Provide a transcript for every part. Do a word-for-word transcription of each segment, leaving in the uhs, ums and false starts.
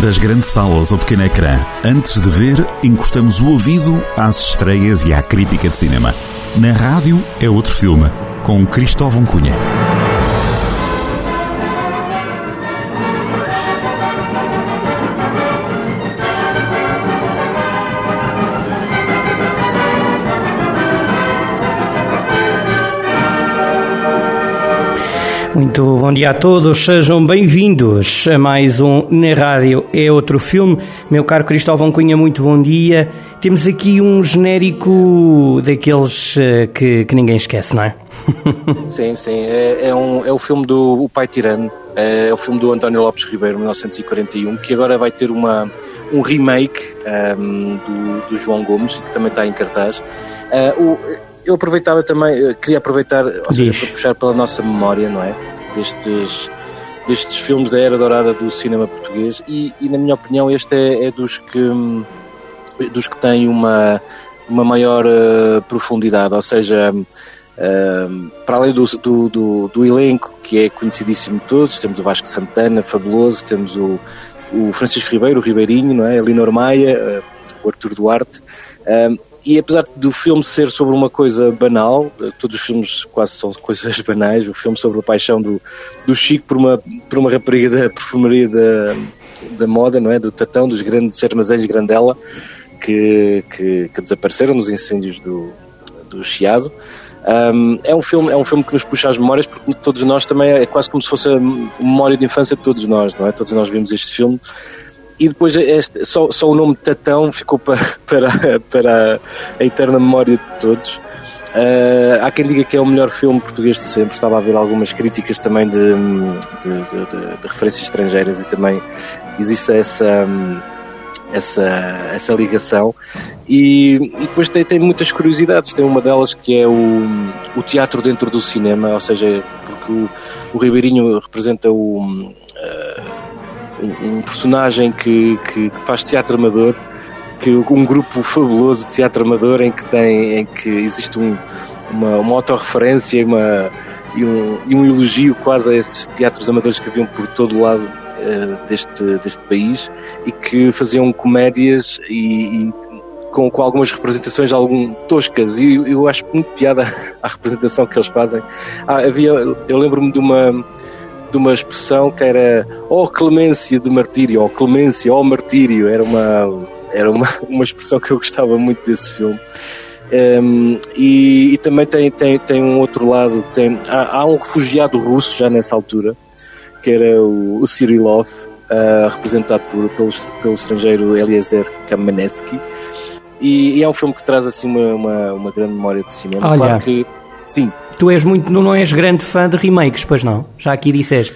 Das grandes salas ao pequeno ecrã, antes de ver, encostamos o ouvido às estreias e à crítica de cinema. Na rádio é outro filme, com Cristóvão Cunha. Muito bom dia a todos, sejam bem-vindos a mais um Na Rádio é Outro Filme. Meu caro Cristóvão Cunha, muito bom dia. Temos aqui um genérico daqueles que, que ninguém esquece, não é? Sim, sim, é, é, um, é o filme do O Pai Tirano, é o filme do António Lopes Ribeiro, mil novecentos e quarenta e um, que agora vai ter uma, um remake um, do, do João Gomes, que também está em cartaz. Uh, o, Eu aproveitava também, queria aproveitar, ou seja, Diz. para puxar pela nossa memória, não é? Destes, destes filmes da era dourada do cinema português e, e na minha opinião, este é, é dos que dos que tem uma, uma maior uh, profundidade, ou seja, uh, para além do, do, do, do elenco, que é conhecidíssimo de todos, temos o Vasco Santana, fabuloso, temos o, o Francisco Ribeiro, o Ribeirinho, não é? A Leonor Maia, uh, o Artur Duarte. Uh, E apesar do filme ser sobre uma coisa banal, todos os filmes quase são coisas banais, o filme sobre a paixão do, do Chico por uma, por uma rapariga da perfumaria da, da moda, não é? Do Tatão, dos grandes armazéns Grandela, que, que, que desapareceram nos incêndios do, do Chiado. Um, é, um filme, é um filme que nos puxa às memórias, porque todos nós também, é quase como se fosse a memória de infância de todos nós, não é? Todos nós vimos este filme. E depois este, só, só o nome Tatão ficou para, para, para a eterna memória de todos. Uh, há quem diga que é o melhor filme português de sempre. Estava a ver algumas críticas também de, de, de, de, de referências estrangeiras e também existe essa, essa, essa ligação. E, e depois tem, tem muitas curiosidades. Tem uma delas que é o, o teatro dentro do cinema, ou seja, porque o, o Ribeirinho representa o... Uh, um personagem que, que, que faz teatro amador, que um grupo fabuloso de teatro amador em que, tem, em que existe um, uma, uma autorreferência e, uma, e, um, e um elogio quase a esses teatros amadores que haviam por todo o lado uh, deste, deste país e que faziam comédias e, e com, com algumas representações algum toscas, e eu, eu acho muito piada a representação que eles fazem. Ah, havia, eu lembro-me de uma de uma expressão que era oh clemência de martírio, ou clemência, ou martírio, era uma, era uma, uma expressão que eu gostava muito desse filme. Um, e, e também tem, tem, tem um outro lado, tem, há, há um refugiado russo já nessa altura, que era o, o Cyrilov, uh, representado por, pelo, pelo estrangeiro Eliezer Kamenetsky, e, e é um filme que traz assim uma, uma, uma grande memória de cinema. Olha. Claro que, sim. Tu és muito, não és grande fã de remakes, pois não? Já aqui disseste.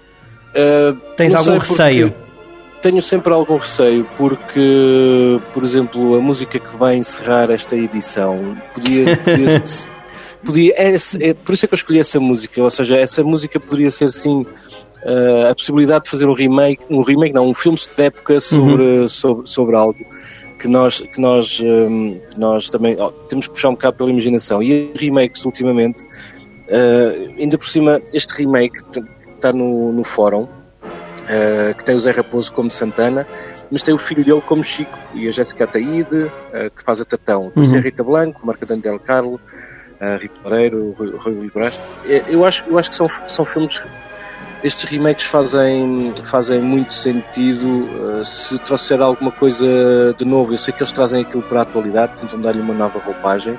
Uh, Tens algum receio? Tenho sempre algum receio, porque, por exemplo, a música que vai encerrar esta edição podia... podia, podia é, é, por isso é que eu escolhi essa música, ou seja, essa música poderia ser, sim, uh, a possibilidade de fazer um remake, um remake não, um filme de época sobre, uhum. sobre, sobre algo que nós, que nós, um, nós também oh, temos que puxar um bocado pela imaginação. E remakes, ultimamente, uh, ainda por cima, este remake está no, no fórum, uh, que tem o Zé Raposo como Santana, mas tem o filho dele como Chico, e a Jéssica Ataíde, uh, que faz a Tatão. Depois tem a Rita Blanco, Marca Daniel Carlo, uh, Rico Pereiro, Rui, Rui Brás. Eu acho, eu acho que são, são filmes... Estes remakes fazem, fazem muito sentido uh, se trouxer alguma coisa de novo. Eu sei que eles trazem aquilo para a atualidade, tentam dar-lhe uma nova roupagem,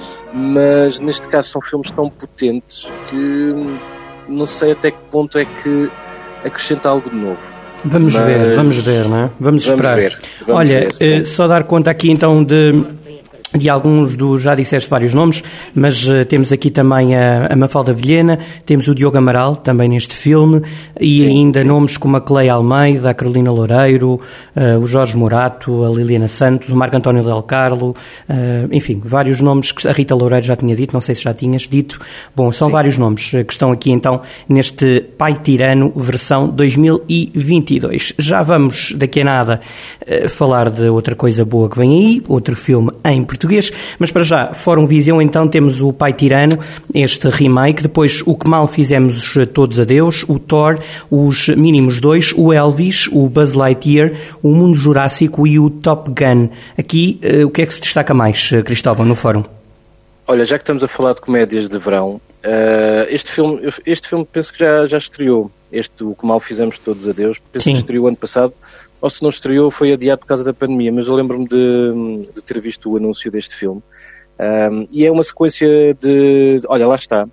mas neste caso são filmes tão potentes que não sei até que ponto é que acrescenta algo de novo. Vamos mas... ver, vamos ver, não é? Vamos, vamos esperar. Ver, vamos Olha, ver, uh, só dar conta aqui então de... de alguns dos, já disseste vários nomes, mas uh, temos aqui também a, a Mafalda Vilhena, temos o Diogo Amaral também neste filme, e sim, ainda sim. nomes como a Cleia Almeida, a Carolina Loureiro, uh, o Jorge Morato, a Liliana Santos, o Marco António Del Carlo, uh, enfim, vários nomes que a Rita Loureiro já tinha dito, não sei se já tinhas dito. Bom, são sim. vários nomes uh, que estão aqui então neste Pai Tirano versão dois mil e vinte e dois. Já vamos daqui a nada uh, falar de outra coisa boa que vem aí, outro filme em português, português, mas para já, Fórum Viseu, então temos o Pai Tirano, este remake, depois O Que Mal Fizemos Todos a Deus, o Thor, Os Mínimos dois, o Elvis, o Buzz Lightyear, o Mundo Jurássico e o Top Gun. Aqui, o que é que se destaca mais, Cristóvão, no Fórum? Olha, já que estamos a falar de comédias de verão, uh, este filme, este filme penso que já, já estreou, este O Que Mal Fizemos Todos a Deus, penso Sim. que estreou ano passado, ou se não estreou foi adiado por causa da pandemia, mas eu lembro-me de, de ter visto o anúncio deste filme. Um, e é uma sequência de... Olha, lá está.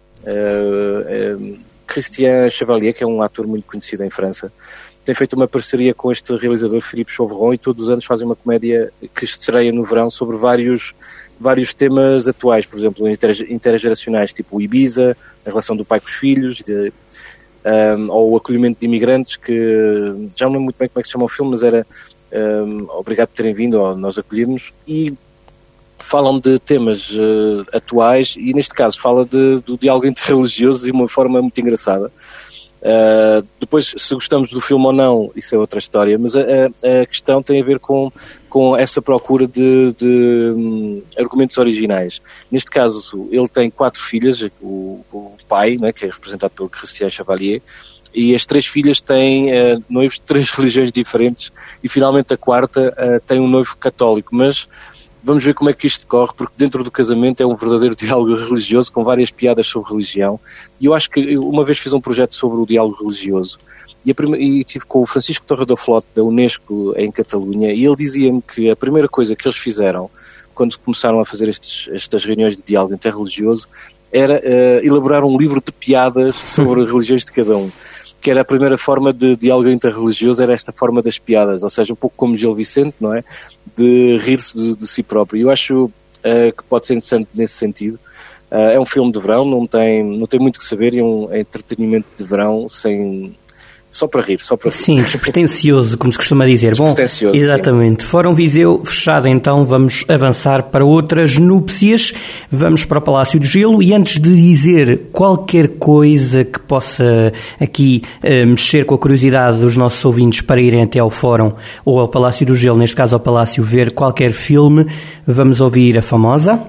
Uh, um, Christian Chevalier, que é um ator muito conhecido em França, tem feito uma parceria com este realizador Philippe Chauveron e todos os anos fazem uma comédia que estreia no verão sobre vários, vários temas atuais, por exemplo, intergeracionais, tipo o Ibiza, a relação do pai com os filhos, de, um, ou o acolhimento de imigrantes, que já não lembro muito bem como é que se chama o filme, mas era um, Obrigado por terem vindo, ou Nós Acolhemos, e falam de temas uh, atuais, e neste caso fala de, do diálogo interreligioso de uma forma muito engraçada. Uh, depois, se gostamos do filme ou não, isso é outra história, mas a, a, a questão tem a ver com, com essa procura de, de um, argumentos originais. Neste caso, ele tem quatro filhas, o, o pai, né, que é representado pelo Christian Chevalier, e as três filhas têm uh, noivos de três religiões diferentes, e finalmente a quarta uh, tem um noivo católico, mas vamos ver como é que isto decorre, porque dentro do casamento é um verdadeiro diálogo religioso com várias piadas sobre religião. E eu acho que uma vez fiz um projeto sobre o diálogo religioso e, a prima, e tive com o Francisco Torre da Flotte da Unesco em Catalunha, e ele dizia-me que a primeira coisa que eles fizeram quando começaram a fazer estes, estas reuniões de diálogo interreligioso era uh, elaborar um livro de piadas sobre religiões de cada um. Que era a primeira forma de diálogo interreligioso, era esta forma das piadas, ou seja, um pouco como Gil Vicente, não é? De rir-se de, de si próprio. E eu acho uh, que pode ser interessante nesse sentido. Uh, é um filme de verão, não tem, não tem muito que saber, e é um entretenimento de verão sem... Só para rir, só para rir. Sim, despretensioso, como se costuma dizer. Despretensioso, bom, exatamente. Sim. Fórum Viseu fechado, então vamos avançar para outras núpcias. Vamos para o Palácio do Gelo, e antes de dizer qualquer coisa que possa aqui uh, mexer com a curiosidade dos nossos ouvintes para irem até ao Fórum ou ao Palácio do Gelo, neste caso ao Palácio, ver qualquer filme, vamos ouvir a famosa...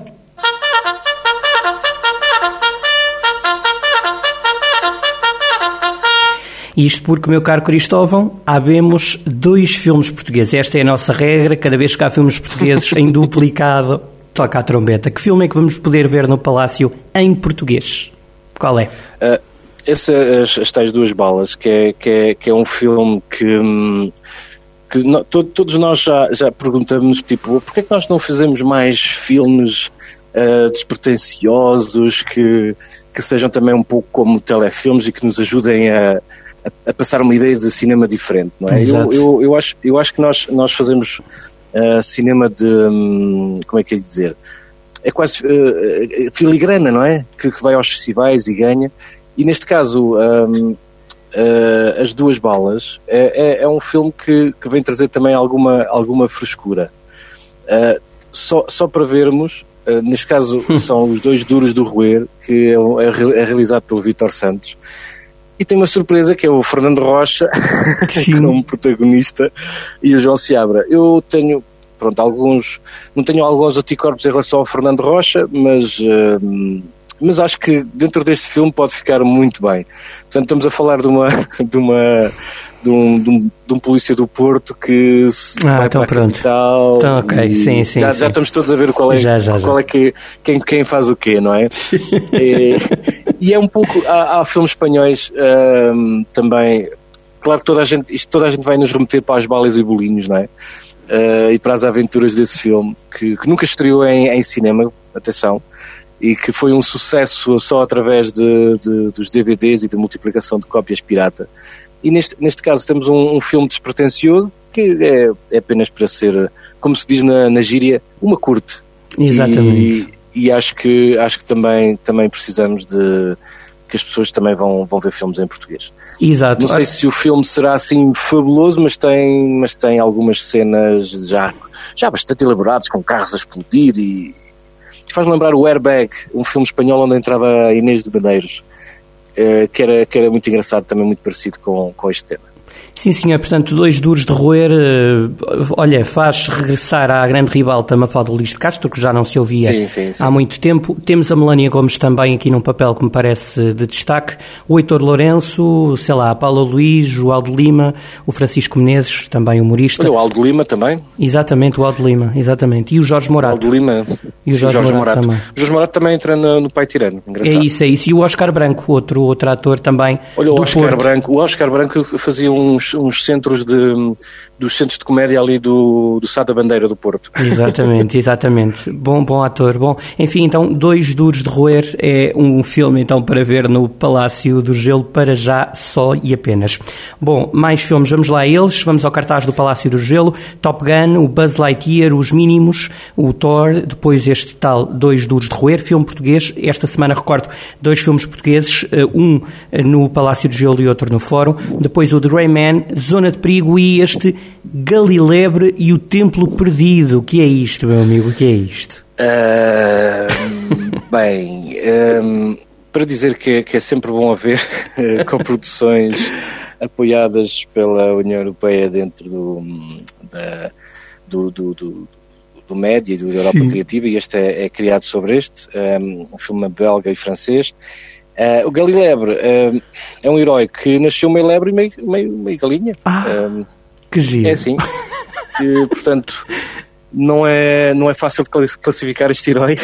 Isto porque, meu caro Cristóvão, habemos dois filmes portugueses. Esta é a nossa regra. Cada vez que há filmes portugueses em duplicado, toca a trombeta. Que filme é que vamos poder ver no Palácio em português? Qual é? Uh, esse, as, as tais duas balas, que é, que é, que é um filme que... que no, to, todos nós já, já perguntamos, tipo, porquê é que nós não fazemos mais filmes uh, despretensiosos, que, que sejam também um pouco como telefilmes e que nos ajudem a... A, a passar uma ideia de cinema diferente, não é? Eu, eu, eu, acho, eu acho que nós, nós fazemos uh, cinema de, um, como é que é de dizer, é quase uh, filigrana, não é? Que, que vai aos festivais e ganha, e neste caso um, uh, As Duas Balas é, é, é um filme que, que vem trazer também alguma, alguma frescura, uh, só, só para vermos, uh, neste caso são Os Dois Duros do Roer, que é, é, é realizado pelo Vítor Santos. E tem uma surpresa, que é o Fernando Rocha como protagonista, e o João Seabra. Eu tenho, pronto, alguns, não tenho alguns anticorpos em relação ao Fernando Rocha, mas, uh, mas acho que dentro deste filme pode ficar muito bem. Portanto, estamos a falar de uma, de uma, de um, de um, de um polícia do Porto que se ah, vai então para pronto. a capital. Então, ok, sim, sim, já, sim. já estamos todos a ver qual é, já, já, qual já. é que, quem, quem faz o quê, não é? e, e é um pouco, há, há filmes espanhóis um, também, claro que toda a gente, isto toda a gente vai nos remeter para As Balas e Bolinhos, não é? Uh, e para as aventuras desse filme, que, que nunca estreou em, em cinema, atenção, e que foi um sucesso só através de, de, dos D V Ds e da multiplicação de cópias pirata. E neste, neste caso temos um, um filme despretensioso, que é, é apenas para ser, como se diz na, na gíria, uma curte. Exatamente. E, e acho que, acho que também, também precisamos de... que as pessoas também vão, vão ver filmes em português. Exato. Não sei se o filme será assim fabuloso, mas tem, mas tem algumas cenas já, já bastante elaboradas, com carros a explodir, e faz-me lembrar o Airbag, um filme espanhol onde entrava a Inês de Medeiros, que era, que era muito engraçado, também muito parecido com, com este tema. Sim, senhor, portanto, dois duros de roer, uh, olha, faz regressar à grande ribalta Mafalda Luís de Castro, que já não se ouvia sim, sim, sim. há muito tempo. Temos a Melania Gomes também aqui num papel que me parece de destaque, o Heitor Lourenço, sei lá, a Paula Luís, o Aldo Lima, o Francisco Menezes, também humorista. Olha, o Aldo Lima também. Exatamente, o Aldo Lima, exatamente. E o Jorge Morato. O Aldo Lima e o Jorge, Jorge Morato, Morato também. O Jorge Morato também entra no, no Pai Tirano, engraçado. É isso, é isso. E o Oscar Branco, outro, outro ator também. Olha, o do Oscar Porto. Branco, o Oscar Branco fazia uns, uns centros de, dos centros de comédia ali do, do Sá da Bandeira do Porto. Exatamente, exatamente. Bom, bom ator. Bom, enfim, então, Dois Duros de Roer é um filme então para ver no Palácio do Gelo para já só e apenas. Bom, mais filmes, vamos lá a eles. Vamos ao cartaz do Palácio do Gelo. Top Gun, o Buzz Lightyear, Os Mínimos, o Thor, depois este tal Dois Duros de Roer, filme português. Esta semana recordo dois filmes portugueses, um no Palácio do Gelo e outro no Fórum. Depois o The Gray Man, Zona de Perigo e este Galilebre e o Templo Perdido. O que é isto, meu amigo? O que é isto? Uh, bem, um, para dizer que é, que é sempre bom haver coproduções apoiadas pela União Europeia dentro do, da, do, do, do, do média e do Europa Sim. Criativa, e este é, é criado sobre este, um, um filme belga e francês. Uh, o Galilebre uh, é um herói que nasceu meio lebre e meio, meio, meio galinha. Ah, um, que giro. É assim. E, portanto, não é, não é fácil de classificar este herói.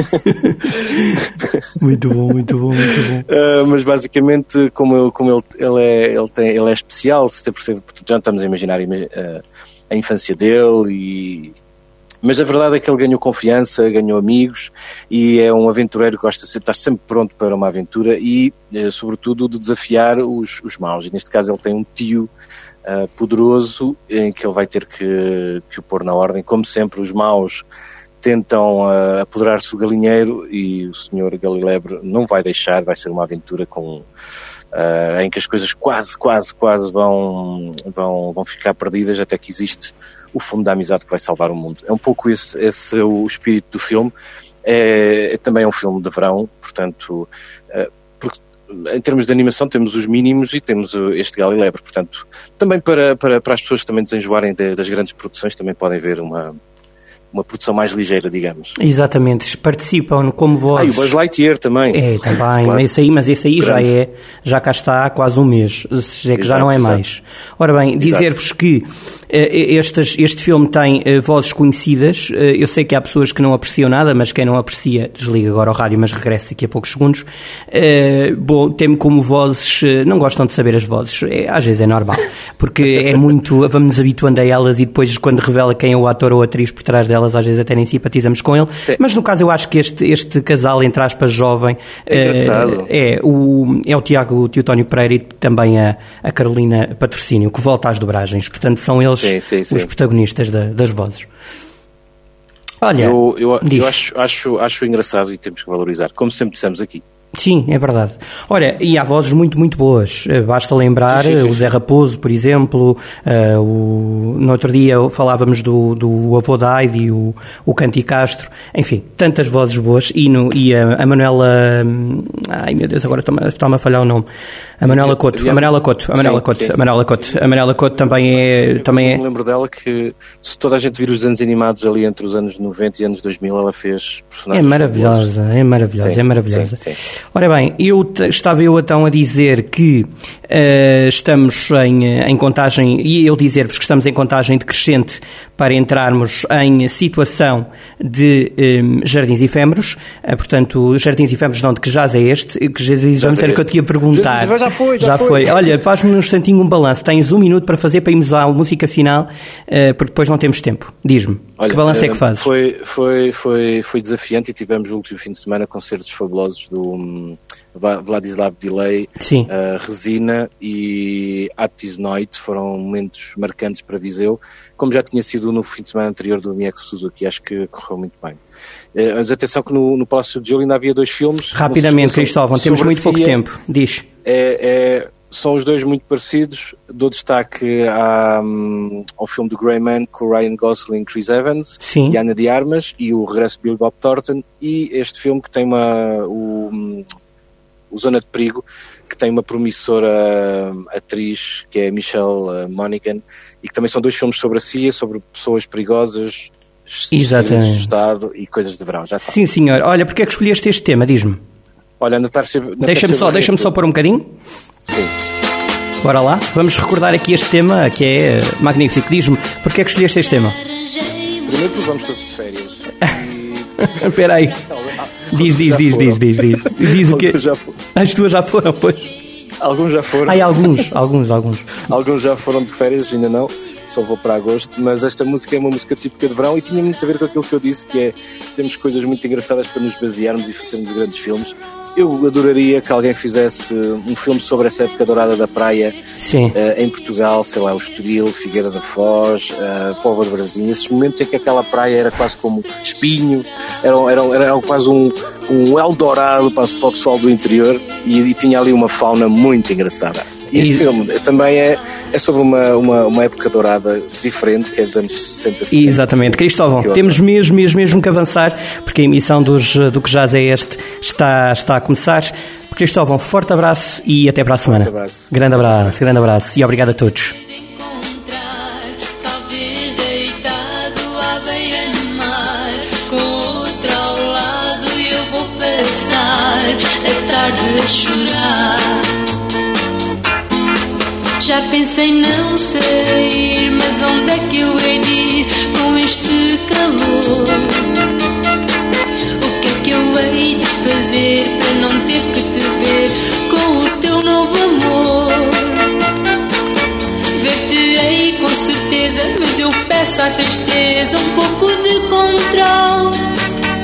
Muito bom, muito bom, muito bom. Uh, mas basicamente, como, eu, como ele, ele, é, ele, tem, ele é especial, setenta por cento, já estamos a imaginar uh, a infância dele e... Mas a verdade é que ele ganhou confiança, ganhou amigos e é um aventureiro que gosta de estar sempre pronto para uma aventura e, sobretudo, de desafiar os, os maus. E neste caso ele tem um tio uh, poderoso em que ele vai ter que, que o pôr na ordem. Como sempre, os maus tentam uh, apoderar-se do galinheiro e o senhor Galilebre não vai deixar, vai ser uma aventura com... Uh, em que as coisas quase, quase, quase vão, vão, vão ficar perdidas até que existe o fundo da amizade que vai salvar o mundo. É um pouco esse, esse o espírito do filme. É, é também um filme de verão, portanto, uh, porque, em termos de animação temos os Mínimos e temos este Galilebre, portanto, também para, para, para as pessoas também desenjoarem de, das grandes produções também podem ver uma... uma produção mais ligeira, digamos. Exatamente, participam como vozes. Ah, e o Buzz Lightyear também. É, também, claro. esse aí, mas esse aí já é, já cá está há quase um mês, se é que exato, já não é exato. mais. Ora bem, dizer-vos que uh, estes, este filme tem uh, vozes conhecidas, uh, eu sei que há pessoas que não apreciam nada, mas quem não aprecia, desliga agora o rádio, mas regressa daqui a poucos segundos. Uh, bom, tem como vozes, uh, não gostam de saber as vozes, é, às vezes é normal, porque é muito, vamos nos habituando a elas e depois quando revela quem é o ator ou a atriz por trás delas, às vezes até nem simpatizamos com ele, é. Mas no caso eu acho que este, este casal, entre aspas, jovem, é, é, o, é o Tiago Teotónio Pereira e também a, a Carolina Patrocínio, que volta às dobragens, portanto são eles sim, sim, sim. os protagonistas da, das vozes. Olha, eu, eu, eu acho, acho, acho engraçado e temos que valorizar, como sempre dissemos aqui. Sim, é verdade. Olha, e há vozes muito, muito boas. Basta lembrar sim, sim, sim. o Zé Raposo, por exemplo, uh, o... no outro dia falávamos do, do avô da Heidi, o, o Canti Castro, enfim, tantas vozes boas, e, no, e a, a Manuela, ai meu Deus, agora está-me, está-me a falhar o nome, a Manuela Couto, a Manuela Couto, a Manuela Couto, a Manuela Couto, a Manuela Couto também é... Também é... Eu me lembro dela que, se toda a gente vir os desenhos animados ali entre os anos noventa e anos dois mil, ela fez personagens... É maravilhosa, é maravilhosa, sim, é maravilhosa. Sim, sim. Ora bem, eu t- estava eu então a dizer que uh, estamos em, em contagem, e eu dizer-vos que estamos em contagem decrescente para entrarmos em situação de um, jardins efêmeros, uh, portanto, jardins efêmeros não, de que jaz é este, que jaz, vamos ver o que eu te ia perguntar. Já, já foi, já, já foi. foi. Olha, faz-me um instantinho um balanço, tens um minuto para fazer para irmos à música final, uh, porque depois não temos tempo. Diz-me, Olha, que balanço uh, é que fazes? Foi, foi, foi, foi desafiante e tivemos o último fim de semana concertos fabulosos do... Um, Vladislav Delay, uh, Resina e Atis Noite foram momentos marcantes para Viseu, como já tinha sido no fim de semana anterior do Mieko Suzuki, acho que correu muito bem. Uh, mas atenção que no, no Palácio de Gelo ainda havia dois filmes. Rapidamente, Cristóvão, temos muito pouco tempo, diz. É, é, são os dois muito parecidos, dou destaque à, um, ao filme do Grey Man com Ryan Gosling, Chris Evans Sim. e Ana de Armas, e o regresso de Billy Bob Thornton, e este filme que tem uma... O, o Zona de Perigo, que tem uma promissora atriz que é Michelle Monaghan, e que também são dois filmes sobre a C I A, sobre pessoas perigosas, exatamente, de Estado e coisas de verão, já sabe. Sim, senhor. Olha, porque é que escolheste este tema? Diz-me. Olha, na terça, na deixa-me só, deixa-me só pôr um bocadinho. Sim. Bora lá, vamos recordar aqui este tema que é magnífico. Diz-me, porque é que escolheste este tema? Primeiro porque vamos todos de férias. E... Espera aí. Diz, diz, diz, diz, diz, diz. Diz o quê? As tuas já foram, pois. Alguns já foram. Ai, alguns, alguns, alguns. Alguns já foram de férias, ainda não. Só vou para agosto, mas esta música é uma música típica de verão e tinha muito a ver com aquilo que eu disse, que é temos coisas muito engraçadas para nos basearmos e fazermos grandes filmes. Eu adoraria que alguém fizesse um filme sobre essa época dourada da praia. Sim. Uh, em Portugal, sei lá, o Estoril, Figueira da Foz, uh, Póvoa de Varzim, esses momentos em que aquela praia era quase como espinho, era, era, era quase um, um Eldorado para, para o pessoal do interior e, e tinha ali uma fauna muito engraçada. E este e... filme também é, é sobre uma, uma, uma época dourada diferente, que é dos anos sessenta, setenta. Exatamente. Cristóvão, temos mesmo, mesmo, mesmo que avançar, porque a emissão dos, do Que Jazz é Este está, está a começar. Cristóvão, forte abraço e até para a semana. Forte abraço. Grande abraço, grande abraço e obrigado a todos. A chorar. Já pensei não sair, mas onde é que eu hei de ir com este calor? O que é que eu hei de fazer para não ter que te ver com o teu novo amor? Ver-te-ei com certeza, mas eu peço à tristeza um pouco de controle.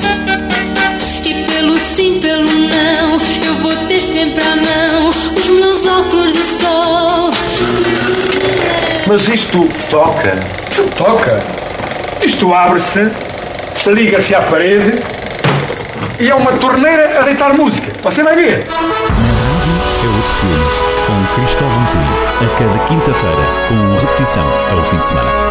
Pelo sim, pelo não, eu vou ter sempre à mão os meus óculos de sol. Mas isto toca? Toca? Isto abre-se, liga-se à parede e é uma torneira a deitar música. Você vai ver. Na rádio é outro filme, com Cristóvão Cunha, a cada quinta-feira, com repetição ao fim de semana.